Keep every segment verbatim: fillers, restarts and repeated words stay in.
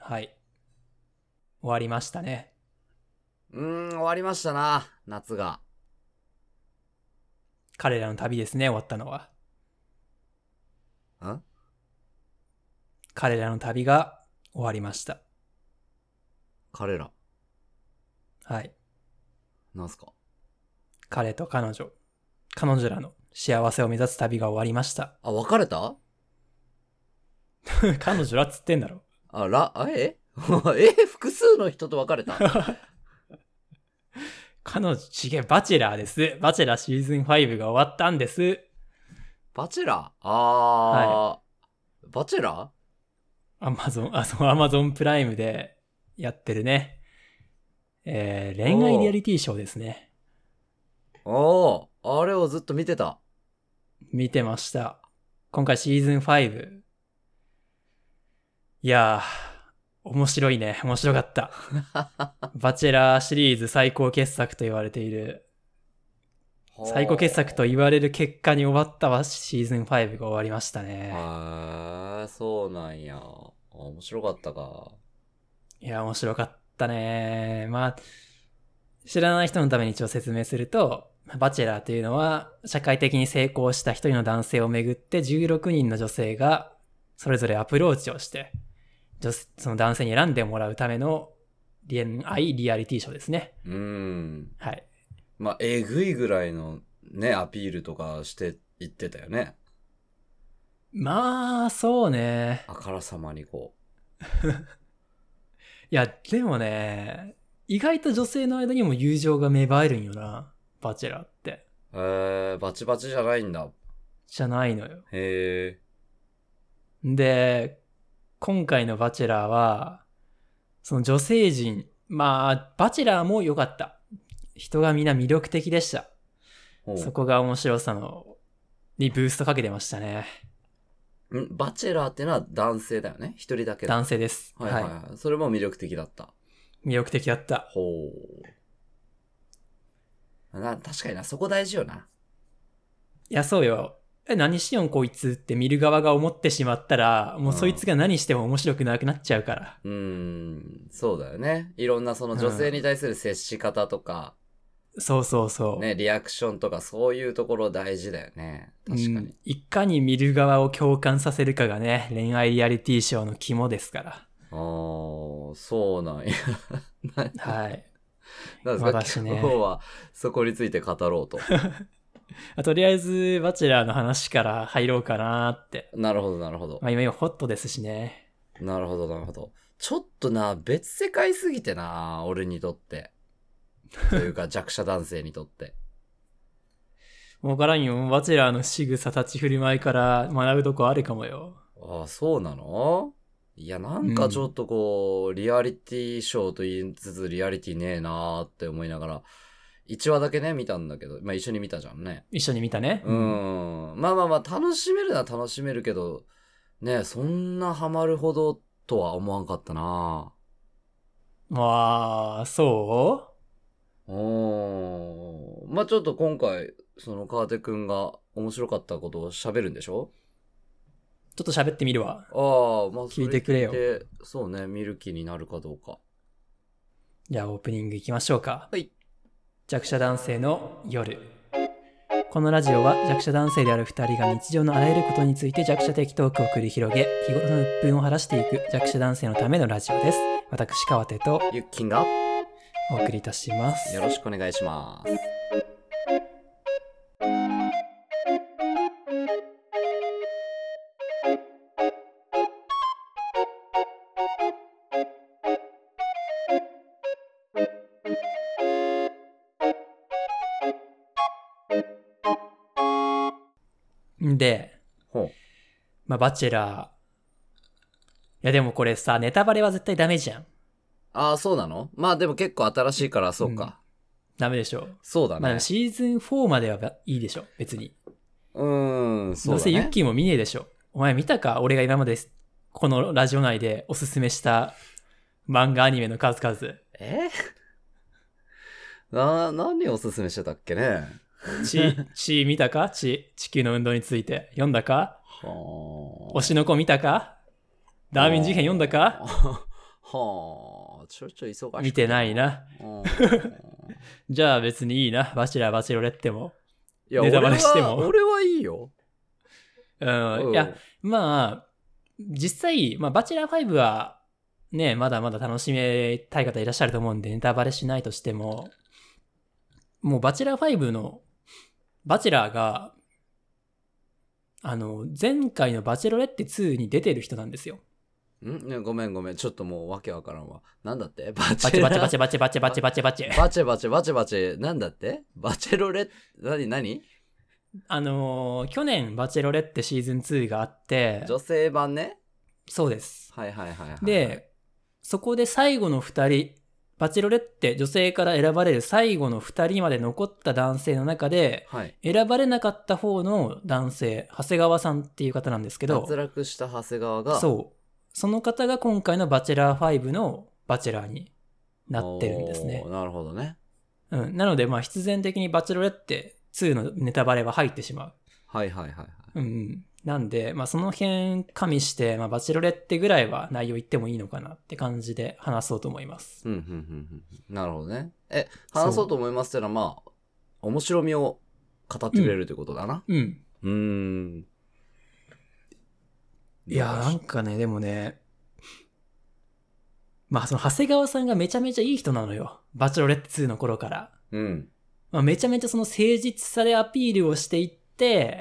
はい。終わりましたね。 うーん、終わりましたな、夏が。 彼らの旅ですね、終わったのは。 ん彼らの旅が終わりました。 彼ら。 はい。 なんすか？ 彼と彼女、彼女らの幸せを目指す旅が終わりました。 あ、別れた？ 彼女らっつってんだろ。 あ、ら、あええ複数の人と別れた？ 彼女、ちげえ、バチェラーです。バチェラーシーズンファイブが終わったんです。 バチェラーあー、バチェラーアマゾン、あ、そう、アマゾンプライムでやってるね。えー、恋愛リアリティショーですね。 おー、あれをずっと見てた。 見てました。今回シーズンファイブ。いやー、面白いね。面白かった。バチェラーシリーズ最高傑作と言われている。最高傑作と言われる結果に終わったわ。シーズンファイブが終わりましたね。 へー、そうなんや。面白かったか。 いや、面白かったね。まあ、知らない人のために一応説明すると、バチェラーというのは、社会的に成功した一人の男性をめぐってじゅうろくにんの女性がそれぞれアプローチをして、その男性に選んでもらうための恋愛リアリティショーですね。 うーん。 はい。 まあ、えぐいぐらいのね、アピールとかして言ってたよね。 まあ、そうね。 あからさまにこう。いや、でもね、意外と女性の間にも友情が芽生えるんよな、バチェラーって。 へー、バチバチじゃないんだ。 じゃないのよ。 へー。で、今回のバチェラーは、その女性陣、まあ、バチェラーも良かった。人がみんな魅力的でした。そこが面白さの、にブーストかけてましたね。 んバチェラーってのは男性だよね。一人だけだ。 男性です。 はいはいはい。はい、それも魅力的だった。 魅力的だった。 ほう。な、確かにな、そこ大事よな。 いや、そうよ。え、何しよんこいつって見る側が思ってしまったら、もうそいつが何しても面白くなくなっちゃうから。 うーん、そうだよね。いろんなその女性に対する接し方とか、 うん、そうそうそう。 ね、リアクションとかそういうところ大事だよね。確かに。うん、 いかに見る側を共感させるかがね、恋愛リアリティショーの肝ですから。ああ、そうなんや。 はい。 なんですか、ね、今日はそこについて語ろうと。 とりあえず、バチェラーの話から入ろうかなって。 なるほど、なるほど。 まあ今今ホットですしね。 なるほど、なるほど。ちょっとな、別世界すぎてな、俺にとって。というか弱者男性にとって。 わからんよ。バチェラーの仕草立ち振る舞いから学ぶとこあるかもよ。 ああ、そうなの？いや、なんかちょっとこう、うん、リアリティショーと言いつつリアリティねえなーって思いながら、いちわだけね、見たんだけど、まあ一緒に見たじゃんね。 一緒に見たね。 うん。まあまあまあ、楽しめるのは楽しめるけど、ね、そんなハマるほどとは思わんかったな。 まあ、そうおー。まあちょっと今回、その川手くんが面白かったことを喋るんでしょ？ ちょっと喋ってみるわ。 ああ、まあ聞いてくれよ。 そうね、見る気になるかどうか。 じゃあオープニングいきましょうか。 はい。 弱者男性の夜。このラジオは弱者男性である二人が日常のあらゆることについて弱者的トークを繰り広げ、日頃の鬱憤を晴らしていく弱者男性のためのラジオです。私、川手とゆっきんがお送りいたします。 よろしくお願いします。 で、 ほう。 まあ、バチェラー。いやでもこれさ、ネタバレは絶対ダメじゃん。 ああ、そうなの？まあでも結構新しいからそうか。うん、 ダメでしょ。 そうだね。 まあでもシーズンフォーまではいいでしょ、別に。 うーん、そうだね。 どうせユッキーも見ねえでしょ。お前見たか？俺が今までこのラジオ内でおすすめした漫画アニメの数々。 えな、何をおすすめしてたっけね。 ち、ち見たか？ち、地球の運動について。読んだか？は推しの子見たか？ダーウィン事変読んだか？ はあ、ちょいちょい忙しい。 見てないな。 うんじゃあ別にいいな。バチェラー、バチェロレッテも。 いや、 ネタバレしても俺は、俺はいいよ。 うん。 うんいや、まあ、実際、まあ、バチェラーファイブは、ね、まだまだ楽しめたい方いらっしゃると思うんで、ネタバレしないとしても、もうバチェラーファイブの、バチェラーが、あの、前回のバチェロレッテツーに出てる人なんですよ。 んね、ごめんごめん。ちょっともうわけわからんわ。なんだってババチバチバチバチバチバチバチバチ。 バチバチバチバチ。なんだってバチェロレッ、なになにあのー去年バチェロレッテシーズンツーがあって、 女性版ね。 そうです。 はいはいはい、はい。 で、そこで最後の二人、バチェロレッテ女性から選ばれる最後の二人まで残った男性の中で、 はい。 選ばれなかった方の男性、長谷川さんっていう方なんですけど、 脱落した長谷川が、 そう。その方が今回のバチェラーファイブのバチェラーになってるんですねおー。なるほどね。 うん。なので、まあ必然的にバチェロレッテツーのネタバレは入ってしまう。 はいはいはいはい。 うんうん。なんで、まあその辺加味して、まあバチェロレッテぐらいは内容言ってもいいのかなって感じで話そうと思います。 うん、うん、うん、うん。なるほどね。え、話そうと思いますってのは、まあ、面白みを語ってくれるってことだな。 うん。 うーん。 いやーなんかね、でもね、まあその長谷川さんがめちゃめちゃいい人なのよ。バチェロレッテツーの頃から。 うん。 まあ、めちゃめちゃその誠実さでアピールをしていって、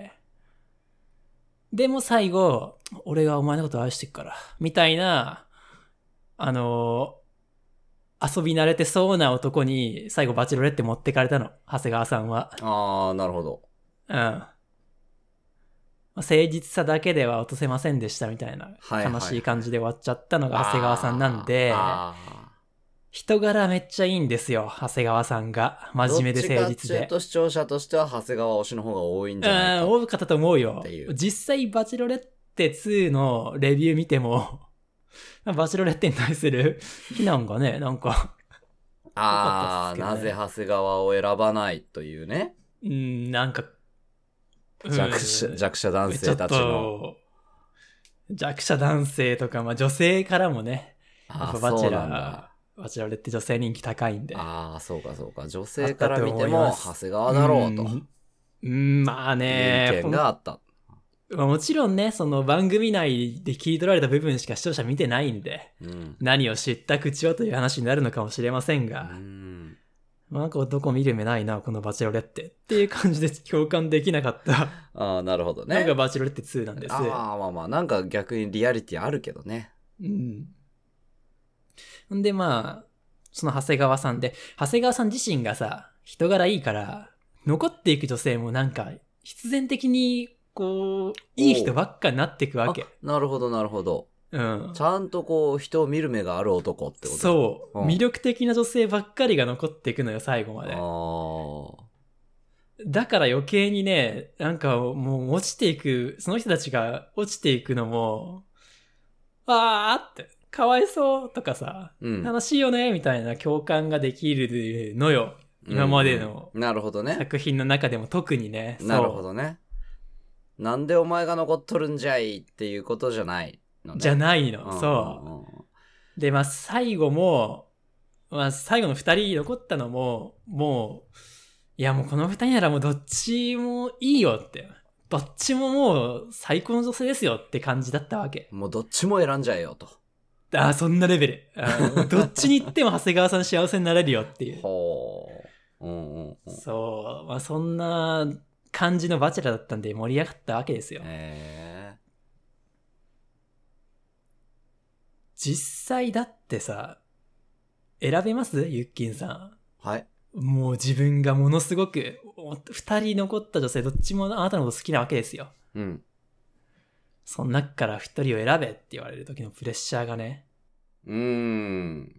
でも最後、俺がお前のこと愛してっから、みたいな、あのー遊び慣れてそうな男に最後バチェロレッテ持ってかれたの。長谷川さんは。 あー、なるほど。 うん。まあ誠実さだけでは落とせませんでしたみたいなはいはいはい悲しい感じで終わっちゃったのが長谷川さんなんで、 あー人柄めっちゃいいんですよ、長谷川さんが。真面目で誠実どっちかっていうで。 と視聴者としては長谷川推しの方が多いんじゃないか。 うん、多かったと思うよっていう。 実際バチェロレッテツーのレビュー見ても、バチェロレッテに対する非難がね、なんか、 あー、 よかったっすけどねなぜ長谷川を選ばないというね。 うん、なんか、 弱者、 うん弱者男性たちの。 ちょっと弱者男性とか、まあ女性からもね、やあー、 っぱバチェそうなんだ。 ラー、バチェロレッテ女性人気高いんで。 ああ、そうかそうか。女性から見てあったと思いもます長谷川だろうと。 うんうん、まあいうね、 意見があった。 まあもちろんね、その番組内で切り取られた部分しか視聴者見てないんで、 うん。 何を知った口をという話になるのかもしれませんうが、 ん。 まあなんか男見る目ないな、このバチェロレッテっていう感じで共感できなかったああ、なるほどね。 のがバチェロレッテツーなんです。 ああ、まあまあ、なんか逆にリアリティあるけどね。 うん。んでまあ、その長谷川さんで、長谷川さん自身がさ、人柄いいから、残っていく女性もなんか、必然的に、こう、いい人ばっかになっていくわけ。 なるほど、なるほど。 うん。 ちゃんとこう、人を見る目がある男ってことそう、 うん魅力的な女性ばっかりが残っていくのよ、最後まで。 ああ。 だから余計にね、なんかもう落ちていく、その人たちが落ちていくのも、あーって、かわいそうとかさ、 うん。 楽しいよねみたいな共感ができるのよ。今までのうんなるほどね。 作品の中でも特にね。そうなるほどね。なんでお前が残っとるんじゃいっていうことじゃないのね。 じゃいないの。そう。で、まあ最後も、まあ最後の二人残ったのも、もう、いやもうこの二人ならもうどっちもいいよって。どっちももう最高の女性ですよって感じだったわけ。 もうどっちも選んじゃえよと。 ああ、そんなレベル。あどっちに行っても長谷川さん幸せになれるよっていう。 ほう。うんうんうん。 そう。まあそんな感じのバチェラーだったんで盛り上がったわけですよ。 へえ。 実際だってさ、選べますゆっきんさはい。 ん。もう自分がものすごく、二人残った女性どっちもあなたのこと好きなわけですよ。 うん。 その中から一人を選べって言われる時のプレッシャーがね。 うーん。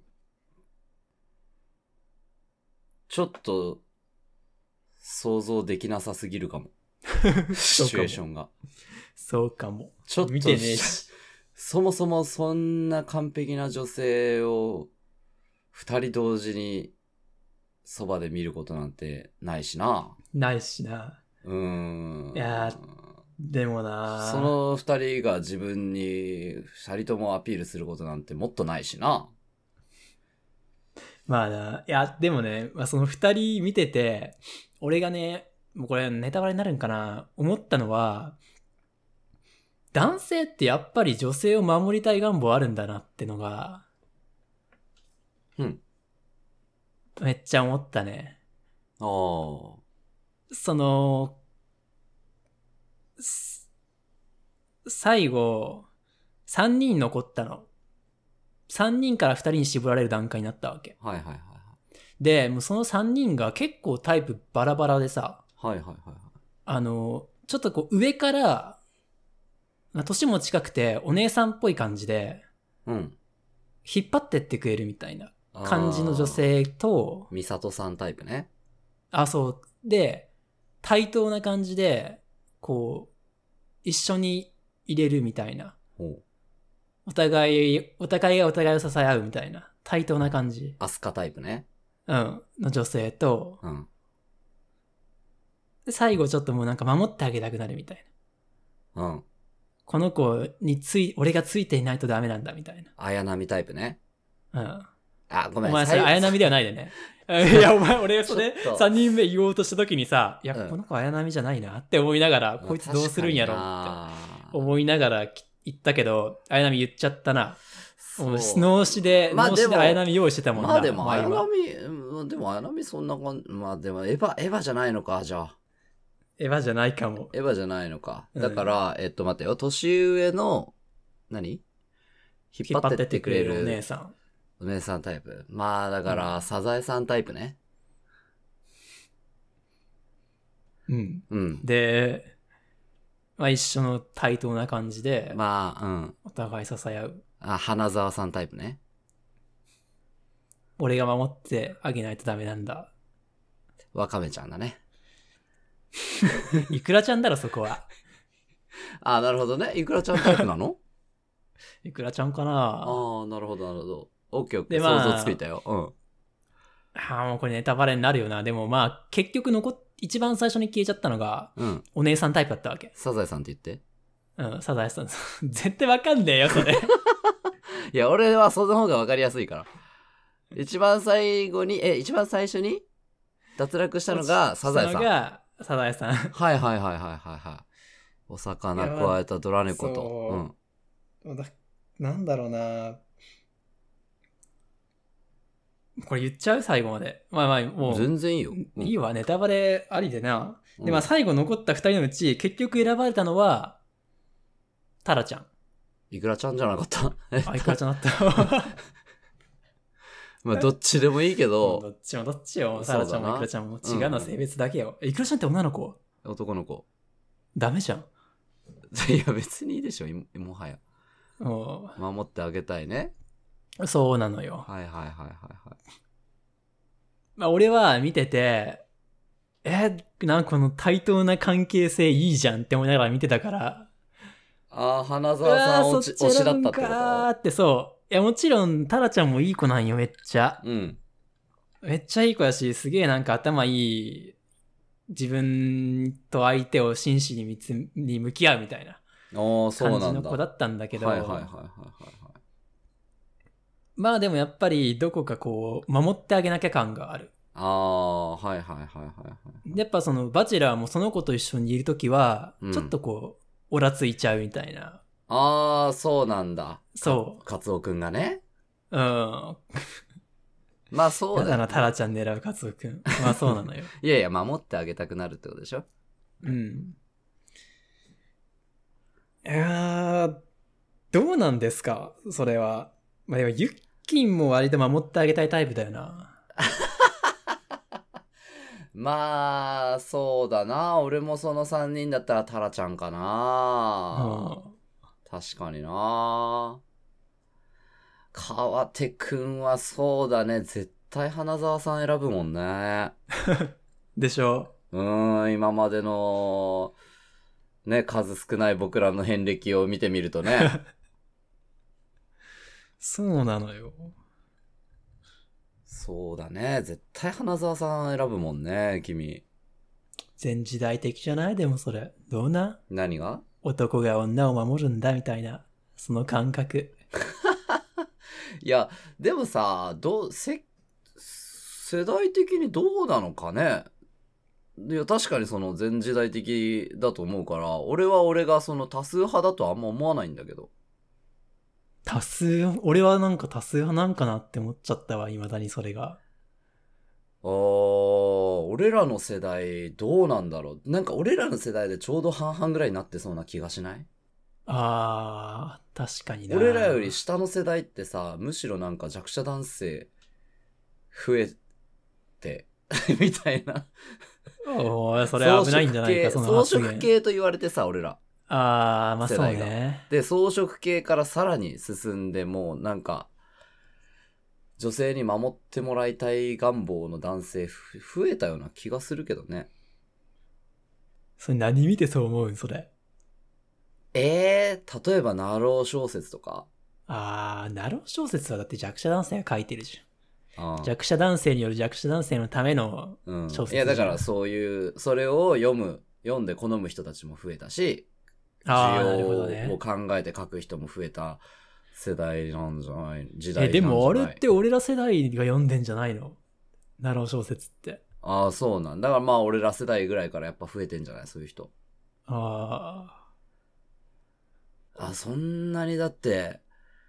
ちょっと、想像できなさすぎるかも。シチュエーションが。 そうかも。 ちょっと、 見てねえし。 そもそもそんな完璧な女性を二人同時にそばで見ることなんてないしな。 ないしな。 うーん。 いやでもなその二人が自分に二人ともアピールすることなんてもっとないしな。 まあな、いや、でもね、まあ、その二人見てて、俺がね、もうこれネタバレになるんかな、思ったのは、男性ってやっぱり女性を守りたい願望あるんだなってのが、 うん。 めっちゃ思ったね。 ああ。 その、す最後、三人残ったの。三人から二人に絞られる段階になったわけ。 はいはいはいで、もうその三人が結構タイプバラバラでさ、 はい。はいはいはいはい。 あの、ちょっとこう上から、まあ年も近くてお姉さんっぽい感じで、 うん。 引っ張ってってくれるみたいな感じの女性と、 みさとさんタイプね。 あ、そう。で、対等な感じで、こう、一緒に入れるみたいな。 ほう。 お互い、お互いがお互いを支え合うみたいな。対等な感じ。 アスカタイプね。 うん。の女性と、 うん。 で最後ちょっともうなんか守ってあげたくなるみたいな。 うん。 この子につい、俺がついていないとダメなんだみたい綾波タイプね。 な。うん。 あ、ごめん。 お前それ最後綾波ではないでね。いや、お前、俺それちょっとさんにんめ言おうとした時にさ、いや、 うんこの子綾波じゃないなって思いながら、こいつどうするんやろって思いながら言ったけど、綾波言っちゃったな。もう脳死で、 まあでも脳死で綾波用意してたもんな。 まあでも、 前は綾波、うんでも綾波そんな感じ、まあでも、エヴァ、エヴァじゃないのか、じゃあ。 エヴァじゃないかも。 エヴァじゃないのか。 うんだから、えっと、待ってよ。年上の、何引っ張ってってくれるお姉さん。 お姉さんタイプ。まあ、だから、サザエさんタイプね。 うん。 うん。 で、まあ一緒の対等な感じで、 まあ、うん。 お互い支え合う。 あ、花沢さんタイプね。 俺が守ってあげないとダメなんだ。 わかめちゃんだね。 いくらちゃんだろ、そこは。 あ、なるほどね。いくらちゃんタイプなのいくらちゃんかなああ、なるほど、なるほど。オッケーオッケー。 でまあ想像ついたよ。うん。 ああ、もうこれネタバレになるよな。でもまあ、結局残っ、一番最初に消えちゃったのが、 うん。 お姉さんタイプだったわけ。 サザエさんって言って。 うん、サザエさん。絶対わかんねえよ、それ。 いや、俺はその方がわかりやすいから。一番最後に、え、一番最初に脱落したのがサザエさん。 したのが、サザエさん。 はいはいはいはいはいはい。お魚加えたドラ猫と。 そうだなんだろうな。これ言っちゃう最後まで。まあまあ、 うん。 もう。 全然いいよ。うんいいわ、ネタバレありでな。 うんで、まあ最後残った二人のうち、結局選ばれたのは、タラちゃん。 いくらちゃんじゃなかったあ、いくらちゃんだった。 まあ、どっちでもいいけどど、 っちもどっちよ。 そうだなタラちゃんもいくらちゃんも違うのは性別だけよ。いくらちゃんって女の子男の子。 ダメじゃん。 いや、別にいいでしょ、いもはや。 も守ってあげたいね。 う、そうなのよ。 はいはいはいはいはい。 まあ俺は見てて、え、なんかこの対等な関係性いいじゃんって思いながら見てたから、 ああ、花う沢さんわー推し推しそっち選ぶんだったってこかーってそう。いやもちろん、タラちゃんもいい子なんよ、めっちゃ。 とうん。 めっちゃいい子やし、すげえなんか頭いい、自分と相手を真摯に見つに向き合うみたいなああ、そう感なんだ。 じの子だったんだけど、 はいはいはいはいはいはい。 まあでもやっぱりどこかこう、守ってあげなきゃ感がある。 ああ、はいはいはいはいはい。 やっぱそのバチェラーもその子と一緒にいるときは、 うんちょっとこう、オラついちゃうみたいな。 ああ、そうなんだ。 そうか。カツオくんがね。 うん。 まあそうだよ、 やだな、 ね。 タラちゃん狙うカツオくん。まあそうなのよ。 いやいや、守ってあげたくなるってことでしょ。 うん。いやー、どうなんですかそれは。まあでも、ユッキンも割と守ってあげたいタイプだよな。 まあ、そうだな。俺もそのさんにんだったらタラちゃんかな。 うん。 確かにな。川手くんはそうだね。絶対花沢さん選ぶもんね。 でしょうーん、今までの、ね、数少ない僕らの遍歴を見てみるとね。 そうなのよ。 そうだね。絶対花沢さん選ぶもんね、君。 全時代的じゃないでもそれ。どうな何が男が女を守るんだみたいな。その感覚。 いや、でもさ、どう、せ、 世代的にどうなのかね。いや、確かにその全時代的だと思うから、俺は俺がその多数派だとはあんま思わないんだけど。 多数、俺はなんか多数派なんかなって思っちゃったわ、未だにそれが。 あー、俺らの世代どうなんだろう。なんか俺らの世代でちょうど半々ぐらいになってそうな気がしない？ あー、確かにな。 俺らより下の世代ってさ、むしろなんか弱者男性増えて、みたいな。 おー、それ危ないんじゃないか、その装発言。 飾系と言われてさ、俺ら。 あー、まあそう世代がね。 で、装飾系からさらに進んで、もうなんか、女性に守ってもらいたい願望の男性ふ増えたような気がするけどね。 それ何見てそう思うんそれ。 えー、例えばナロー小説とか。 あー、ナロー小説はだって弱者男性が書いてるじゃん。 あ弱者男性による弱者男性のためのうん、 小説いやだからう。 そういう、それを読む、読んで好む人たちも増えたし、 あー、なるほど需ね。 要を考えて書く人も増えた世代なんじゃない、時代え、 なんじゃない。 でもあれって俺ら世代が読んでんじゃないの？ナロー小説って。 ああ、そうなんだからまあ俺ら世代ぐらいからやっぱ増えてんじゃない、そういう人。 ああ、そんなにだって、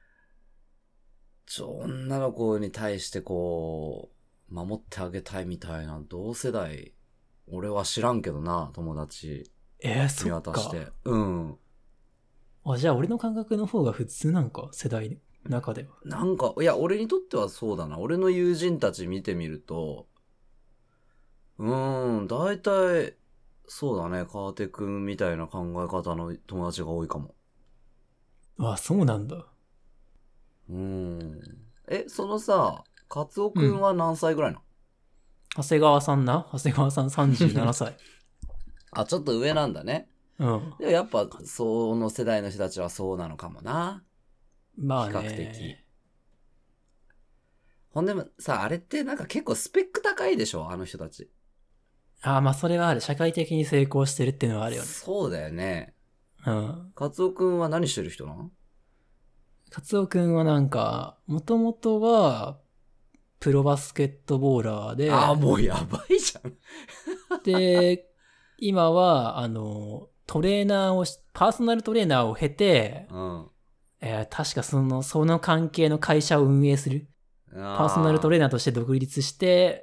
ちょ、女の子に対してこう、守ってあげたいみたいな同世代、俺は知らんけどな、友達ー。えー、 見そっか。 渡して。うん。 あ、じゃあ俺の感覚の方が普通なんか、世代の中では。 なんか、いや、俺にとってはそうだな。俺の友人たち見てみると、うーん、だいたい、そうだね、川手くんみたいな考え方の友達が多いかも。 あ、そうなんだ。 うーん。え、そのさ、カツオくんは何歳ぐらいなの？ 長谷川さんな長谷川さんさんじゅうななさい。 あ、ちょっと上なんだね。 うん。 でもやっぱ、その世代の人たちはそうなのかもな。 まあね。 比較的。ほんでもさ、あれってなんか結構スペック高いでしょ、あの人たち。 ああ、まあそれはある。社会的に成功してるっていうのはあるよね。 そうだよね。 うん。 カツオくんは何してる人なの？ カツオくんはなんか、もともとは、プロバスケットボーラーで、 ああ、もうやばいじゃん。 で、今は、あの、トレーナーをし、パーソナルトレーナーを経て、 うん。 えー確かその、その関係の会社を運営する。パーソナルトレーナナーとして独立して、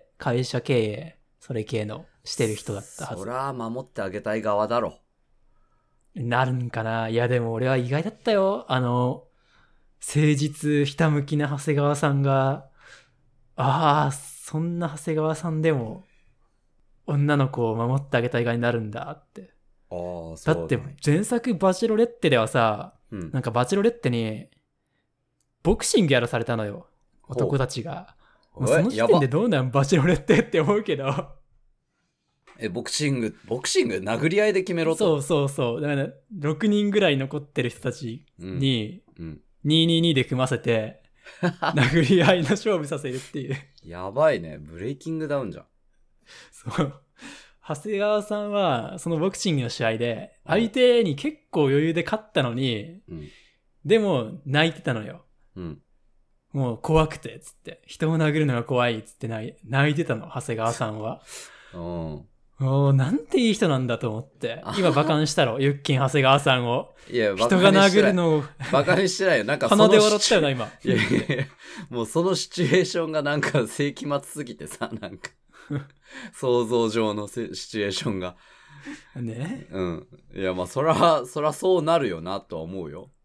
会社経営、それ系のしてる人だったはず。 そら、守ってあげたい側だろ。 なるんかな。いやでも俺は意外だったよ。あの、誠実ひたむきな長谷川さんが、ああ、そんな長谷川さんでも、女の子を守ってあげたい側になるんだって。 ああ、 だそうって前作バチェロレッテではさ、 うん。 なんかバチェロレッテに、ボクシングやらされたのよ。男たちが。もうその時点でどうなんバチェロレッテって思うけど。 え、ボクシング、ボクシング殴り合いで決めろと。 そうそうそう。だからろくにんぐらい残ってる人たちに、 うん。 にーにーにーで組ませて、殴り合いの勝負させるっていう。 やばいね。ブレイキングダウンじゃん。 そう。長谷川さんは、そのボクシングの試合で、相手に結構余裕で勝ったのに、 うん。 でも泣いてたのよ。 うん。 もう怖くて、つって。人を殴るのが怖い、つって泣い泣いてたの、長谷川さんは。 うん。 おー、なんていい人なんだと思って。今バカにしたろ、ユッキン長谷川さんを。 いや、 人が殴るのを、 バカにしてないよ。なんかその鼻で笑ったよな、今。 いやいやいや、もうそのシチュエーションがなんか世紀末すぎてさ、なんか、想像上のシチュエーションが。 ね。 うん。いや、まあ、そら、そらそうなるよな、とは思うよ。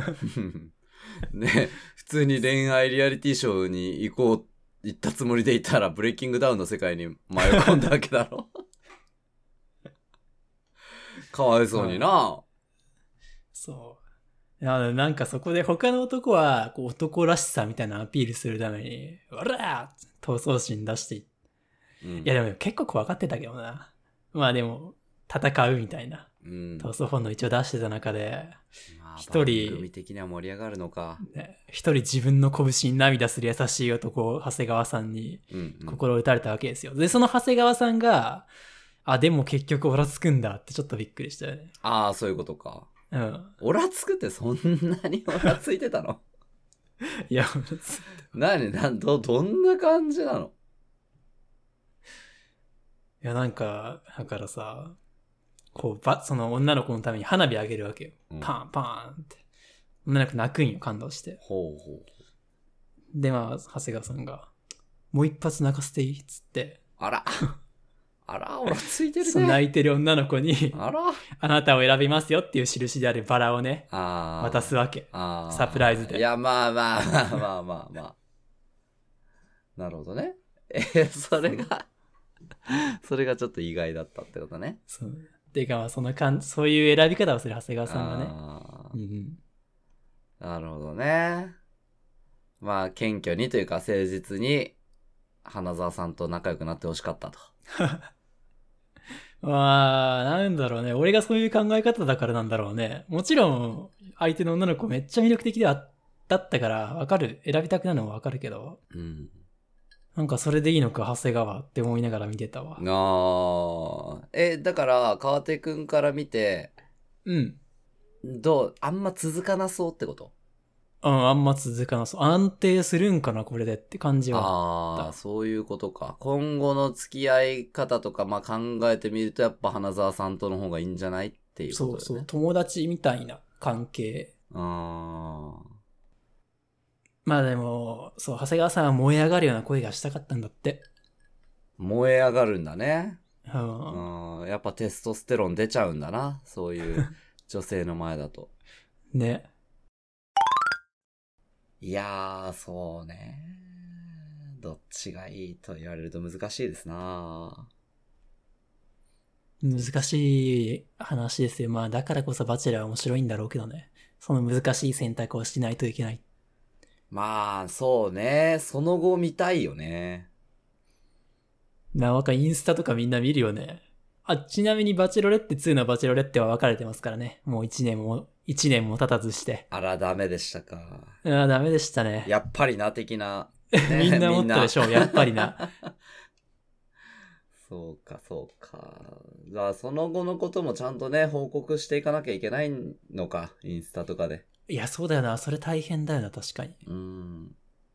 ね、普通に恋愛リアリティショーに行こう、行ったつもりでいたら、ブレイキングダウンの世界に迷い込んだわけだろ。かわいそうにな。 そう。いや、なんかそこで他の男は、こう男らしさみたいなアピールするために、おらー闘争心出していうん、 いやでも結構怖がってたけどな。まあでも、戦うみたいな。 うん、 闘争本能一応出してた中で、 まあ、 一人番組的には盛り上がるのか。 ね一人自分の拳に涙する優しい男、長谷川さんにうんうん、 心打たれたわけですよ。で、その長谷川さんが、あ、でも結局オラつくんだってちょっとびっくりしたよね。 ああ、そういうことか。 うん。 オラつくってそんなにオラついてたの？ いや、 何なんど、どんな感じなの？ いや、なんか、だからさ、こう、ば、その女の子のために花火あげるわけよ。 うん、 パンパンって。女の子泣くんよ、感動して。 ほうほう。 で、まあ、長谷川さんが、もう一発泣かせていいっつって、 あら。あら、俺ついてるそのね。 泣いてる女の子に、 あら。 あなたを選びますよっていう印であるバラをね、 あー渡すわけ。 あー。 サプライズで。 いや、まあまあまあまあまあまあ。なるほどね。えー、それが、それがちょっと意外だったってことね。 そう。ていうか、まあ、そのかん、そういう選び方をする長谷川さんがね。 あーうんうん、 なるほどね。まあ、謙虚にというか誠実に、花沢さんと仲良くなってほしかったと。 まあ、なんだろうね。俺がそういう考え方だからなんだろうね。もちろん、相手の女の子めっちゃ魅力的であだったから、わかる。選びたくなるのもわかるけど。 うん。 なんかそれでいいのか、長谷川って思いながら見てたわ。 ああ。え、だから、川手くんから見て、 うん。 どう、あんま続かなそうってこと？ うん、あんま続かなそう。安定するんかな、これでって感じはあった。 ああ、そういうことか。今後の付き合い方とか、まあ考えてみると、やっぱ花沢さんとの方がいいんじゃないっていうことだよね。 そうそう、友達みたいな関係。 ああ。 まあでも、そう、長谷川さんは燃え上がるような声がしたかったんだって。 燃え上がるんだね。 うん。 うん。やっぱテストステロン出ちゃうんだな。そういう女性の前だと。 ね。 いやー、そうね。どっちがいいと言われると難しいですな。 難しい話ですよ。まあだからこそバチェラーは面白いんだろうけどね。その難しい選択をしないといけない。 まあ、そうね。その後見たいよね。 なんかインスタとかみんな見るよね。あ、ちなみにバチェロレッテツーのバチェロレッテは分かれてますからね。もう一年も、一年も経たずして。 あら、ダメでしたか。 ああ、ダメでしたね。 やっぱりな、的な。ね、 みんな思ったでしょう、やっぱりな。 そうか、そうか。じゃあ、その後のこともちゃんとね、報告していかなきゃいけないのか。インスタとかで。 いや、そうだよな。それ大変だよな、確かに。 うーん。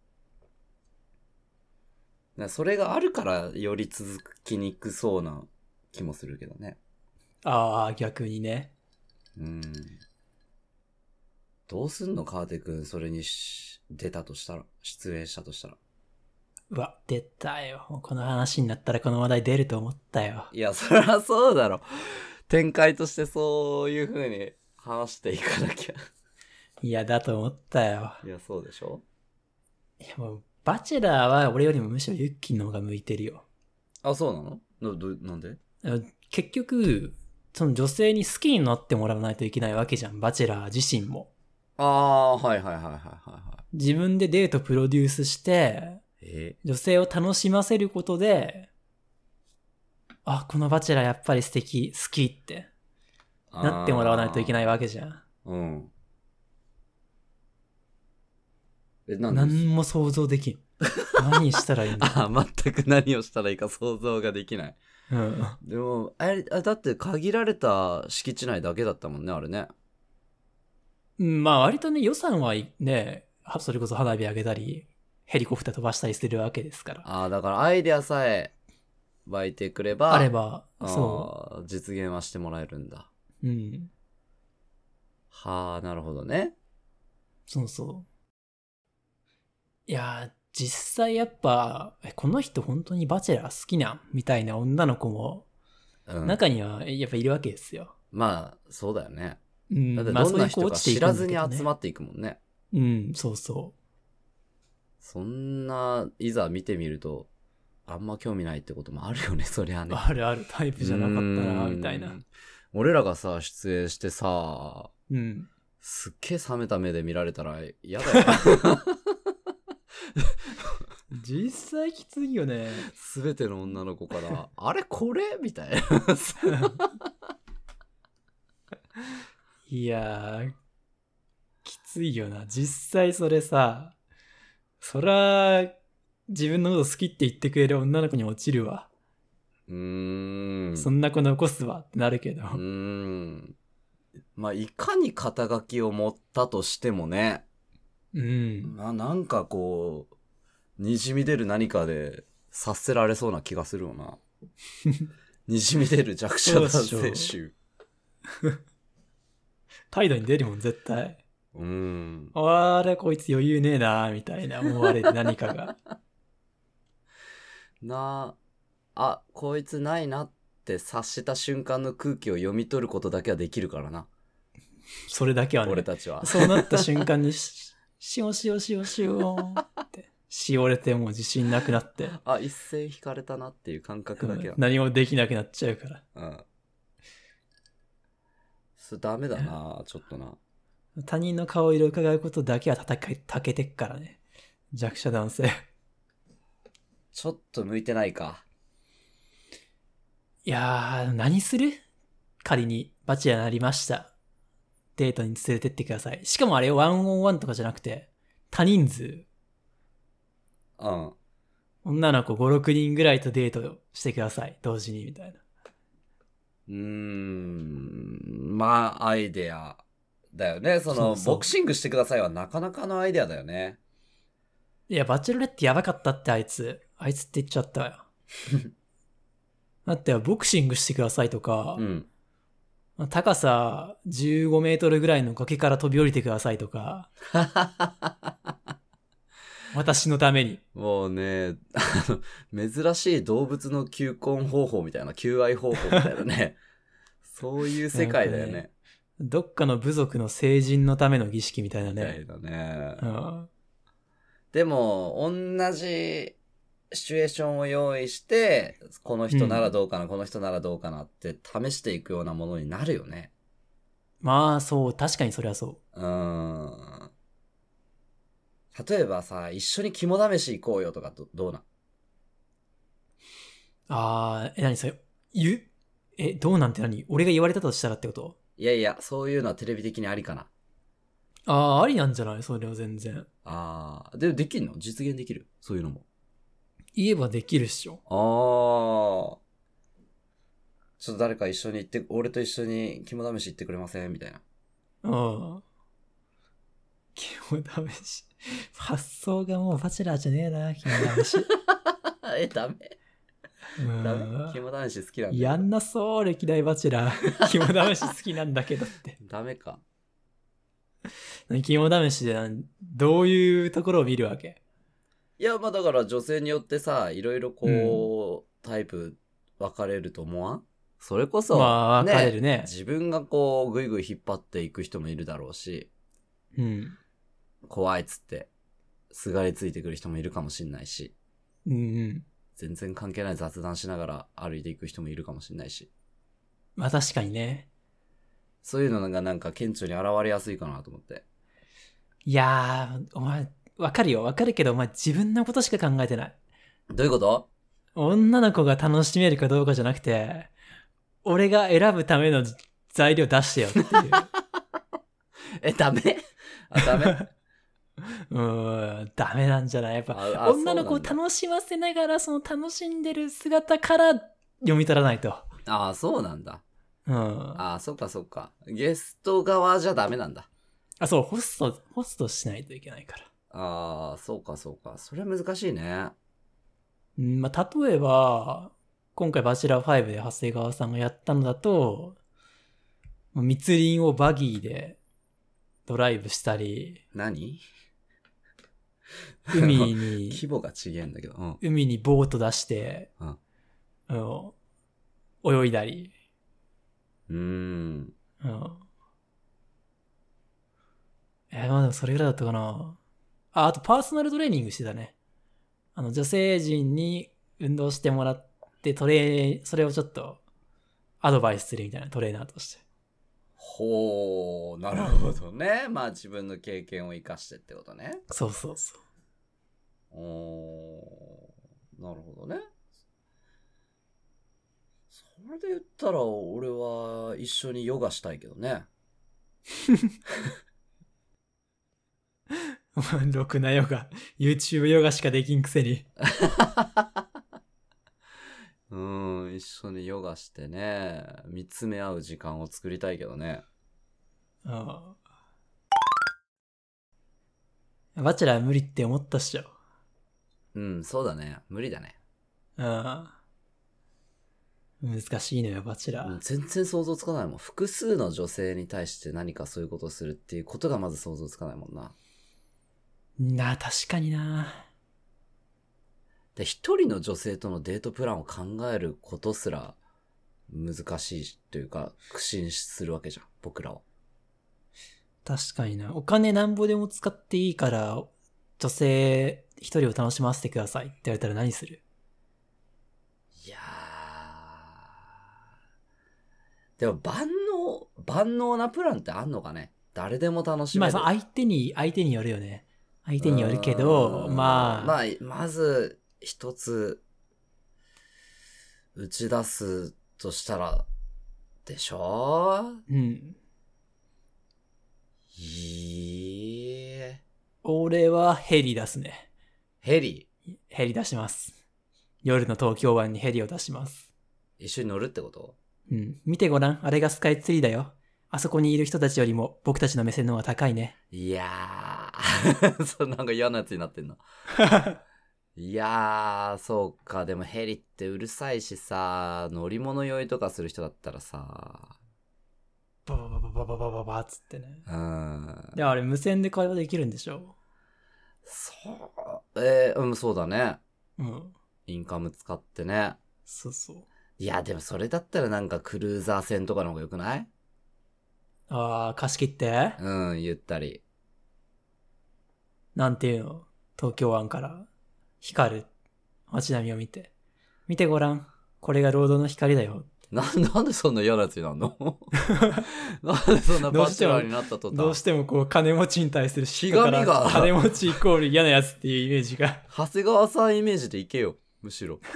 それがあるからより続きにくそうな気もするけどね。 ああ、逆にね。 うん。どうすんの川手くん、それにし出たとしたら、出演したとしたら。 うわ、出たよ。この話になったらこの話題出ると思ったよ。 いや、そりゃそうだろ。展開としてそういう風に話していかなきゃ。 いや、だと思ったよ。 いや、そうでしょ？ いや、もう、バチェラーは俺よりもむしろユッキーの方が向いてるよ。 あ、そうなの？ど、ど、なんで？ 結局、その女性に好きになってもらわないといけないわけじゃん。バチェラー自身も。 ああ、はいはいはいはいはい。 自分でデートプロデュースして、 え女性を楽しませることで、あ、このバチェラーやっぱり素敵、好きってなってもらわないといけないわけじゃん。 うん。え、なんで？ 何も想像できん。何したらいいんだあ、全く何をしたらいいか想像ができない。 うん。 でも、あれ、あだって限られた敷地内だけだったもんね、あれね。 うんまあ割とね、予算はね、はそれこそ花火上げたり、ヘリコプター飛ばしたりするわけですから。 ああ、だからアイデアさえ湧いてくれば、 あれば、 あそー実現はしてもらえるんだ。 う。うん。 はあ、なるほどね。 そうそう。いやー、実際やっぱ、えこの人本当にバチェラー好きなんみたいな女の子も、 うん。 中にはやっぱいるわけですよ。 まあ、そうだよね。 うん。 だってまあどんな人かそういう子落ちてい知らずにくんだけどね。 集まっていくもんね。 うん、そうそそんな、いざ見てみると、あんま興味ないってこともあるよね、そりゃう。 ね。 あるあるタイプじゃなかったな、みたいな。 うーん。俺らがさ、出演してさ、 うん。 すっげえ冷めた目で見られたら嫌だよ。 実際きついよね。 すべての女の子から、あれこれみたいな。 いやー、きついよな。実際それさ、そら、自分のこと好きって言ってくれる女の子に落ちるわ。 うーん。 そんな子残すわってなるけど。 うーん。まあ、いかに肩書きを持ったとしてもね、 うん。 な、なんかこう、滲み出る何かで察せられそうな気がするよな。 にじみ出る弱者男性臭。 態度に出るもん、絶対。 うーん。 あれ、こいつ余裕ねえな、みたいな思われる何かが。 なあ、こいつないなって察した瞬間の空気を読み取ることだけはできるからな。 それだけはね。 俺たちは。 そうなった瞬間に、し、しおしおしおしおって、しおれてもう自信なくなって。 あ、一線引かれたなっていう感覚だけは。 何もできなくなっちゃうから。 うん。それダメだな、ちょっとな。 他人の顔色を伺うことだけはたたけ、たけてっからね。弱者男性。 ちょっと向いてないか。 いやー、何する？仮にバチェラーになりました。デートに連れてってください。しかもあれワンオンワンとかじゃなくて、多人数。 うん。 女の子ご、ろくにんぐらいとデートしてください。同時にみたいな。 うーん。まあ、アイデアだよね。その、 そうそうボクシングしてくださいはなかなかのアイデアだよね。 いや、バチェロレってやばかったってあいつ。あいつって言っちゃったわよ。だってボクシングしてくださいとか、 うん。 高さじゅうごメートルぐらいの崖から飛び降りてくださいとか、私のために。 もうね、あの、珍しい動物の求婚方法みたいな、求愛方法みたいなね。そういう世界だよね。 なんかねどっかの部族の成人のための儀式みたいなみたね。 いだね。 うん、 でも、同じシチュエーションを用意して、この人ならどうかな、うん、この人ならどうかなって試していくようなものになるよね。 まあそう、確かにそれはそう。 うーん。例えばさ、一緒に肝試し行こうよとかどどうなん？ あー、え、何それ、言うえ、どうなんて何？俺が言われたとしたらってこと？ いやいや、そういうのはテレビ的にありかな。 あー、ありなんじゃない？それは全然。 あー、で、できんの？実現できる？そういうのも。 言えばできるっしょ。 あー。ちょっと誰か一緒に行って、俺と一緒に肝試し行ってくれませんみたいな。 うん。肝試し。発想がもうバチェラーじゃねえな、肝試し。 え、ダメダメ肝試し好きなんだけど。 やんなそう、歴代バチェラー。肝試し好きなんだけどって。 ダメか。 肝試しでどういうところを見るわけ？ いや、まあだから女性によってさ、いろいろこう、うん、タイプ分かれると思わん？それこそ、 まあ、分かれるね。 自分がこう、ぐいぐい引っ張っていく人もいるだろうし、 うん。 怖いっつって、すがりついてくる人もいるかもしんないし、 うんうん。 全然関係ない雑談しながら歩いていく人もいるかもしんないし。 まあ確かにね。 そういうのがなんか顕著に現れやすいかなと思って。 いやー、お前、わかるよ。わかるけど、お前自分のことしか考えてない。 どういうこと？ 女の子が楽しめるかどうかじゃなくて、俺が選ぶための材料出してよっていう。 え、ダメ？あ、ダメ？ うーん、ダメなんじゃない？やっぱ、女の子を楽しませながら、その楽しんでる姿から読み取らないと。 ああ、そうなんだ。 うん。 ああ、そっかそっか。ゲスト側じゃダメなんだ。 あ、そう、ホスト、ホストしないといけないから。 ああ、そうかそうか。それは難しいね。 うん、まあ、例えば、今回バチェラーファイブで長谷川さんがやったのだと、密林をバギーでドライブしたり、 何？ 海に、 規模が違えんだけど、うん、 海にボート出して、うん、あの泳いだり。 うーん。 うん。えー、まあでもそれぐらいだったかな。あ、あとパーソナルトレーニングしてたね。あの、女性陣に運動してもらって、トレー、それをちょっとアドバイスするみたいな、トレーナーとして。 ほー、なるほどね。まあ自分の経験を生かしてってことね。 そうそうそう。 おー、なるほどね。それで言ったら俺は一緒にヨガしたいけどね。 ろくなヨガ。YouTube ヨガしかできんくせに。 うーん、一緒にヨガしてね、見つめ合う時間を作りたいけどね。 ああ。バチェラー無理って思ったっしょ。 うん、そうだね。無理だね。 ああ。 難しいのよ、バチェラー。 うん全然想像つかないもん。複数の女性に対して何かそういうことをするっていうことがまず想像つかないもんな。 なあ、確かにな。 で、一人の女性とのデートプランを考えることすら難しいというか、苦心するわけじゃん、僕らは。 確かにな。お金なんぼでも使っていいから、女性一人を楽しませてくださいって言われたら何する？ いやー。でも万能、万能なプランってあんのかね？誰でも楽しめる。 まあ、その相手に、相手によるよね。相手によるけど、 うーんまあ、 まあ、まず、一つ、打ち出すとしたら、でしょ？ うん。 いい。 俺はヘリ出すね。 ヘリヘリ出します。夜の東京湾にヘリを出します。 一緒に乗るってこと？ うん。見てごらん。あれがスカイツリーだよ。あそこにいる人たちよりも僕たちの目線の方が高いね。 いやー。そう、なんか嫌なやつになってんな。いやー、そうか。でもヘリってうるさいしさ、乗り物酔いとかする人だったらさ、 バババババババババっつってね。 うーん。 で、あれ無線で会話できるんでしょ？ そう、えー、うん、そうだね。 うん。 インカム使ってね。 そうそう。 いや、でもそれだったらなんかクルーザー船とかの方が良くない？ あー、貸し切ってうん、ゆったり。 なんていうの？東京湾から光る街並みを見て。見てごらん。これがロードの光だよ。 な、なんでそんな嫌なやつになるの？なんでそんなバチェラーになったとどうしてもこう金持ちに対するひがみが金持ちイコール嫌なやつっていうイメージが。 長谷川さんイメージでいけよ、むしろ。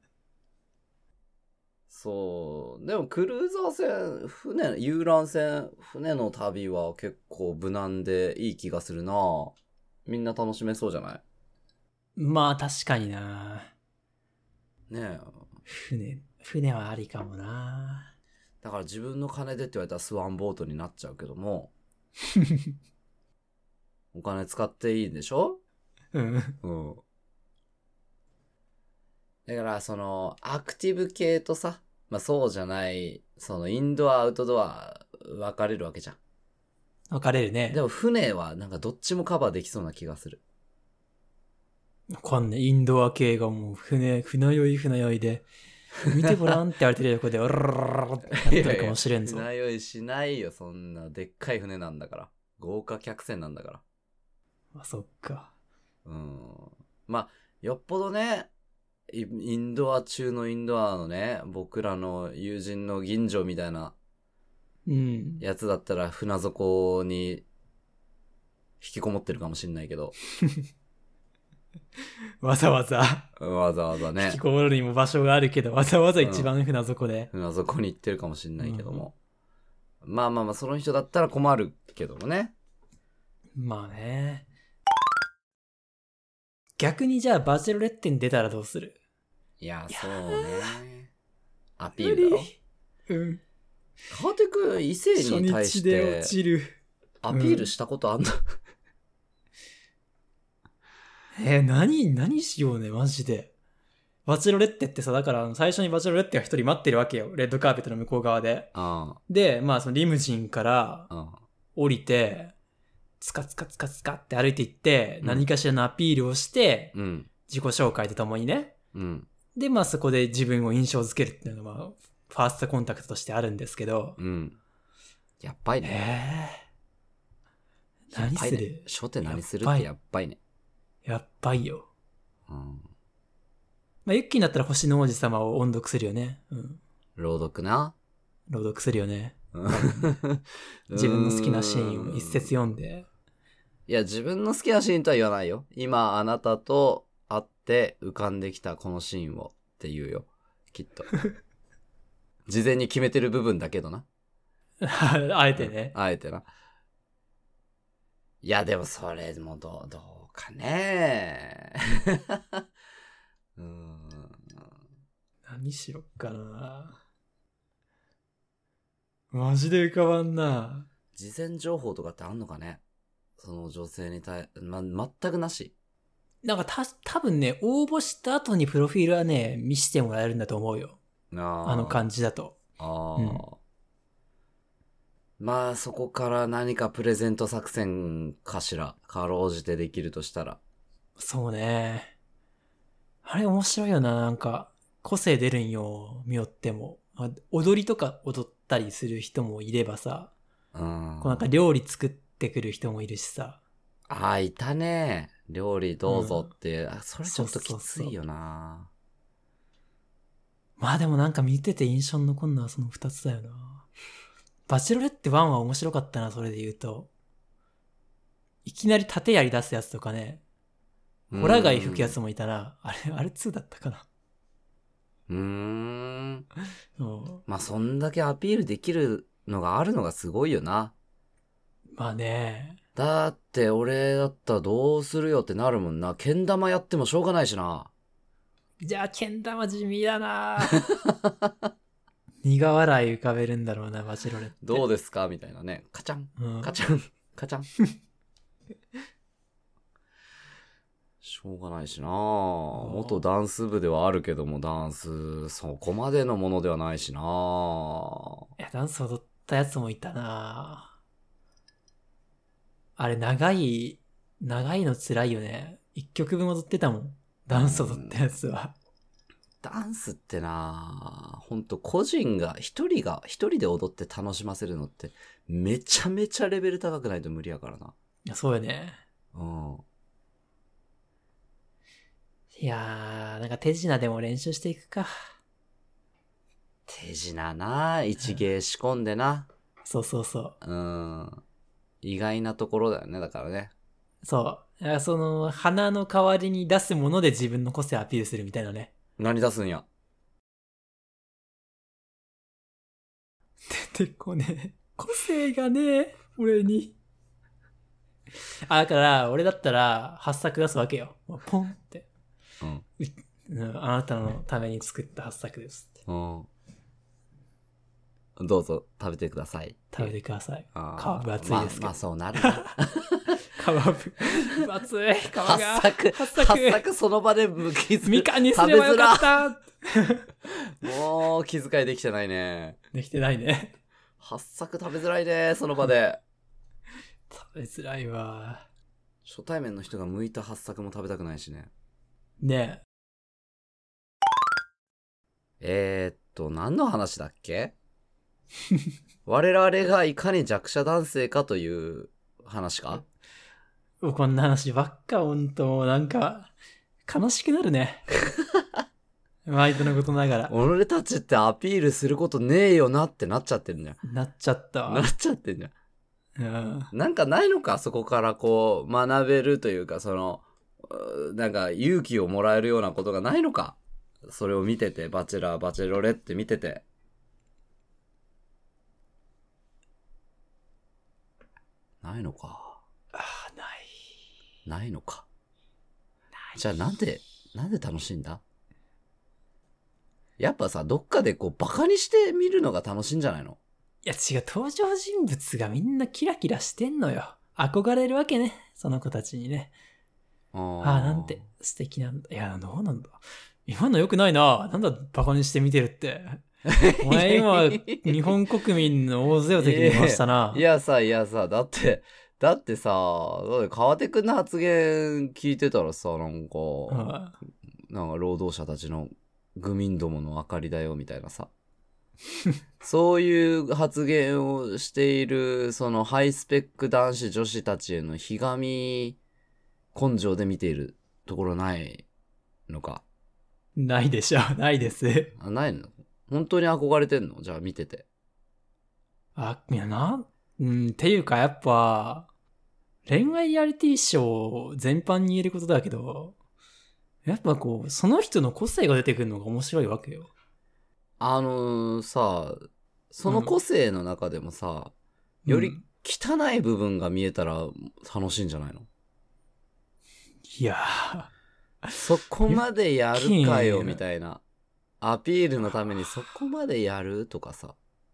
そう。でもクルーザー船、船、遊覧船、船の旅は結構無難でいい気がするな。みんな楽しめそうじゃない？ まあ確かにな。 ねえ。 船、船はありかもな。 だから自分の金でって言われたらスワンボートになっちゃうけども、お金使っていいでしょ？ うん。 うん。だからそのアクティブ系とさ、まあそうじゃない、そのインドアアウトドア分かれるわけじゃん。 分かれるね。 でも船はなんかどっちもカバーできそうな気がする。 こんね、インドア系がもう船、船酔い船酔いで、見てごらんって言われてる横で、おららららってやってるかもしれんぞ。 船酔いしないよ、そんな。でっかい船なんだから。豪華客船なんだから。 あ、そっか。 うん。まあ、よっぽどね、イインドア中のインドアのね、僕らの友人の銀城みたいなうん。 やつだったら船底に引きこもってるかもしんないけど。 わざわざ、 わざわざね。 引きこもるにも場所があるけど、わざわざ一番船底で。 船底に行ってるかもしんないけども。うん、まあまあまあ、その人だったら困るけどもね。 まあね。逆にじゃあバチェロレッテに出たらどうする？ いや、 いやそうね。アピールだろ？ うん。 川手くん、異性に対し初日でて落ちる。 アピールしたことあんの？ えー、何、何しようね、マジで。バチェロレッテってさ、だから最初にバチェロレッテが一人待ってるわけよ。レッドカーペットの向こう側で。 うん。 で、まあそのリムジンからうん。 降りて、ツカツカツカツカって歩いていって、 うん何かしらのアピールをして、 うん。 自己紹介とともにね。 うん。 で、まあそこで自分を印象づけるっていうのが、まあ、ファーストコンタクトとしてあるんですけど。 うん。やっばいね。 えー、何する？ やっばいね。初手何するってやっばいね。 やっばいよ。 うん。 まあ、ユッキーになったら星の王子様を音読するよね。うん。 朗読な。 朗読するよね。 うん自分の好きなシーンを一節読んで。 いや、自分の好きなシーンとは言わないよ。今、あなたと会って浮かんできたこのシーンをって言うよ。きっと。事前に決めてる部分だけどな。 あえてね。 あえてな。いや、でもそれもどう、どうかね。うーん。 何しろっかな。マジで浮かばんな。 事前情報とかってあんのかね？その女性に対、ま、全くなし。 なんかた、多分ね、応募した後にプロフィールはね、見せてもらえるんだと思うよ。 うああの感じだと。 ああ、 うん、 まあそこから何かプレゼント作戦かしら、かろうじてできるとしたら。 そうね。あれ面白いよな、なんか、個性出るんよ、見よっても。踊りとか踊ったりする人もいればさ、 うん。 こうなんか料理作ってくる人もいるしさ。 ああ、いたね。料理どうぞって、うん、あ、それちょっときそうそうそうついよな。 まあでもなんか見てて印象に残るのはその二つだよな。バチェロレッテワンは面白かったな、それで言うと。いきなり盾槍出すやつとかね。ホラガイ吹くやつもいたな。あれ、あれツーだったかな。 うーん。 そうまあそんだけアピールできるのがあるのがすごいよな。 まあね。 だって俺だったらどうするよってなるもんな。けん玉やってもしょうがないしな。 じゃあ、けん玉地味だな。苦笑い浮かべるんだろうな、バチェロレッテ。 どうですかみたいなね。カチャン、 うん、 カチャン、カチャン。しょうがないしな。元ダンス部ではあるけども、ダンス、そこまでのものではないしな。 いや、ダンス踊ったやつもいたな。あれ、長い、長いの辛いよね。一曲分踊ってたもん。ダンス踊ったやつは。 ダンスってな、ほんと個人が、一人が、一人で踊って楽しませるのって、めちゃめちゃレベル高くないと無理やからな。 いや、そうよね。 うん。 いやー、なんか手品でも練習していくか。 手品な、一芸仕込んでな。 そうそうそう。 うん。意外なところだよね、だからね。 そう。その、花の代わりに出すもので自分の個性をアピールするみたいなね。 何出すんや。 出てこね。個性がね、俺に。あ、だから、俺だったら、八作出すわけよ。ポンって。 うん。 うん、あなたのために作った八作ですって。 うん。どうぞ食べてください。 食べてください。皮分厚いですけど。 まあ、まあそうなるな。 皮分厚い。皮が。 八作。八作。八作その場でむきず。 みかんにすればよかった。 もう気遣いできてないね。 できてないね。 八作食べづらいね、その場で。 食べづらいわ。 初対面の人が剥いた八作も食べたくないしね。 ねえ。えーっと、何の話だっけ？我々がいかに弱者男性かという話か？ こんな話ばっか、ほんと、なんか、悲しくなるね。毎度のことながら。 俺たちってアピールすることねえよなってなっちゃってんじゃん。 なっちゃったわ。 なっちゃってんじゃん。 うん、 なんかないのか、そこからこう、学べるというか、その、なんか勇気をもらえるようなことがないのか。それを見てて、バチェラー、バチェロレって見てて。ないのか。 ああ、ない。 ないのか。じゃあなんで、なんで楽しいんだ？やっぱさ、どっかでこう、バカにして見るのが楽しいんじゃないの？ いや違う、登場人物がみんなキラキラしてんのよ。憧れるわけね、その子たちにね。ああ、なんて素敵なんだ。いや、どうなんだ。今の良くないな。なんだ、バカにして見てるって。お前今、日本国民の大勢を敵に回したな。 いやさ、いやさ、だって、だってさ、川手くんの発言聞いてたらさ、なんか、うん、なんか労働者たちの愚民どもの明かりだよ、みたいなさ。そういう発言をしている、そのハイスペック男子女子たちへのひがみ根性で見ているところないのか？ ないでしょ、ないです。 あ、ないの？本当に憧れてんの？じゃあ見てて。 あ、いやな、うん、っていうかやっぱ、恋愛リアリティショー全般に言えることだけど、やっぱこう、その人の個性が出てくるのが面白いわけよ。あのー、さ、その個性の中でもさ、うん、より汚い部分が見えたら楽しいんじゃないの？ いやー。そこまでやるかよ、みたいな。アピールのためにそこまでやるとかさ。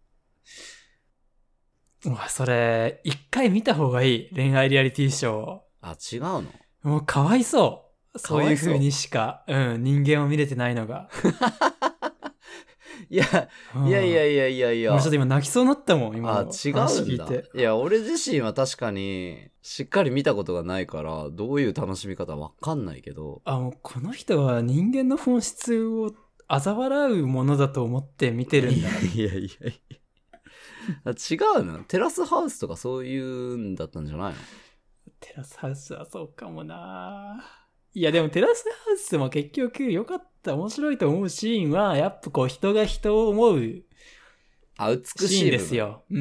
うわ、それ、一回見た方がいい。恋愛リアリティショー。 あ、違うの？ もうかわいそう。そういう風にしか、うん、人間を見れてないのが。 いや、いやいやいやいやいや。 俺ちょっと今泣きそうになったもん、今のあ、違話うんだ。 聞いて。 いや、俺自身は確かに、しっかり見たことがないから、どういう楽しみ方わかんないけど。 あ、もうこの人は人間の本質を嘲笑うものだと思って見てるんだ。 いやいやいやいや。違うの？テラスハウスとかそういうんだったんじゃないの？ テラスハウスはそうかもな。いやでもテラスハウスも結局良かった、面白いと思うシーンは、やっぱこう人が人を思うあ、美しいシーンですよ。うん。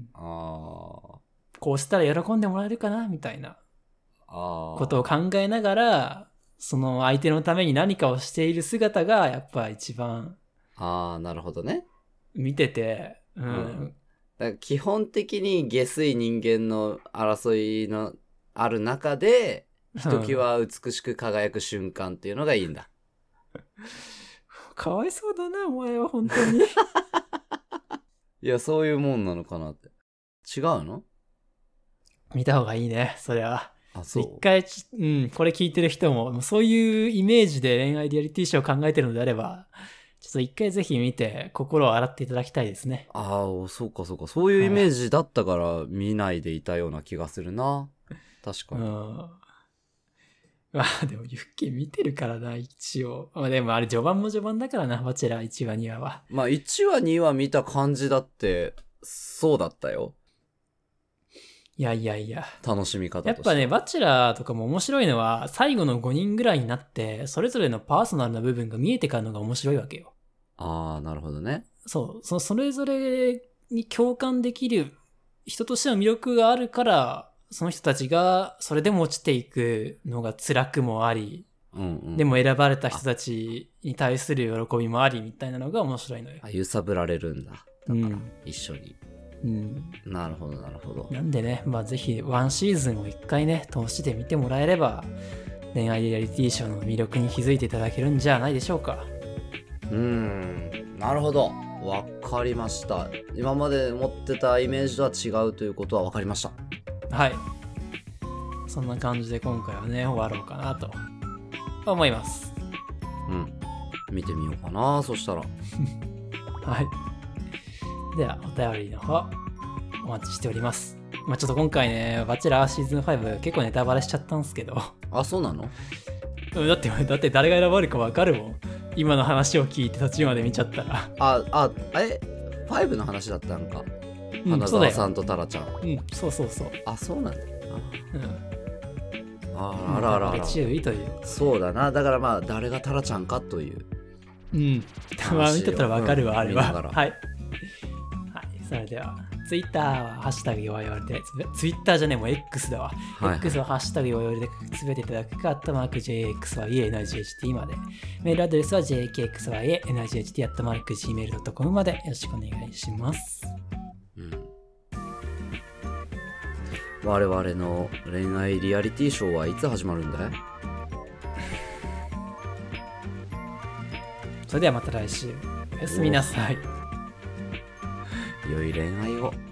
ああ。 こうしたら喜んでもらえるかなみたいなあことを考えながら、その相手のために何かをしている姿がやっぱ一番ああ、なるほどね。 見てて、うん。 うん、だから基本的に下水人間の争いのある中で、ひときわ美しく輝く瞬間っていうのがいいんだ。 かわいそうだな、お前は本当に。 いや、そういうもんなのかなって。違うの？ 見た方がいいね、それは。 あ、そう。 一回、うん、これ聞いてる人も、そういうイメージで恋愛リアリティショーを考えてるのであれば、ちょっと一回ぜひ見て、心を洗っていただきたいですね。 ああ、そうかそうか。そういうイメージだったから見ないでいたような気がするな。確かに。 うん。まあでもユッケ見てるからな、一応。まあでもあれ序盤も序盤だからな、バチェラーいちわにわは。 まあいちわにわ見た感じだって、そうだったよ。 いやいやいや。 楽しみ方として。 やっぱね、バチェラーとかも面白いのは、最後のごにんぐらいになって、それぞれのパーソナルな部分が見えてからのが面白いわけよ。 ああ、なるほどね。 そう、そそれぞれに共感できる人としての魅力があるから、その人たちがそれでも落ちていくのが辛くもあり、 うんうん、 でも選ばれた人たちに対する喜びもありみたいなのが面白いのよ。 あ、揺さぶられるんだ。だから、うん、一緒に。 うん。 なるほど、なるほど。 なんでね、まあぜひワンシーズンを一回ね、通しで見てもらえれば、恋愛リアリティショーの魅力に気づいていただけるんじゃないでしょうか。 うーん、なるほど。わかりました。今まで持ってたイメージとは違うということはわかりました。 はい。そんな感じで今回はね、終わろうかなと思います。 うん。見てみようかな、そしたら。 はい。では、お便りの方、お待ちしております。まあちょっと今回ね、バチェラーシーズンファイブ結構ネタバレしちゃったんですけど。 あ、そうなの？ だって、だって誰が選ばれるかわかるもん。今の話を聞いて途中まで見ちゃったら。 あ、あ、え、ファイブの話だったんか。うん、花澤さんとタラちゃん。 うん、そうそうそう。 あ、そうなんだ。 うん。 あ, あらあらあら。 注意という。 そうだな。だからまあ、誰がタラちゃんかという。 うん。まあ、見てたらわかるわ、うん、あれは。はい。はい。それでは、ツイッターはハッシュタグ弱いわれで、ツイッターじゃねえ、もう X だわ。はいはい、X はハッシュタグ弱いわれでつぶやいていただくか、アットマーク ジェイエックスワイエヌアイジーエイチティー まで。メールアドレスは ジェイケーエックスワイエヌアイジーエイチティー アットマーク ジーメールドットコム までよろしくお願いします。 うん。我々の恋愛リアリティショーはいつ始まるんだい？ それではまた来週。おやすみなさい。 良い恋愛を。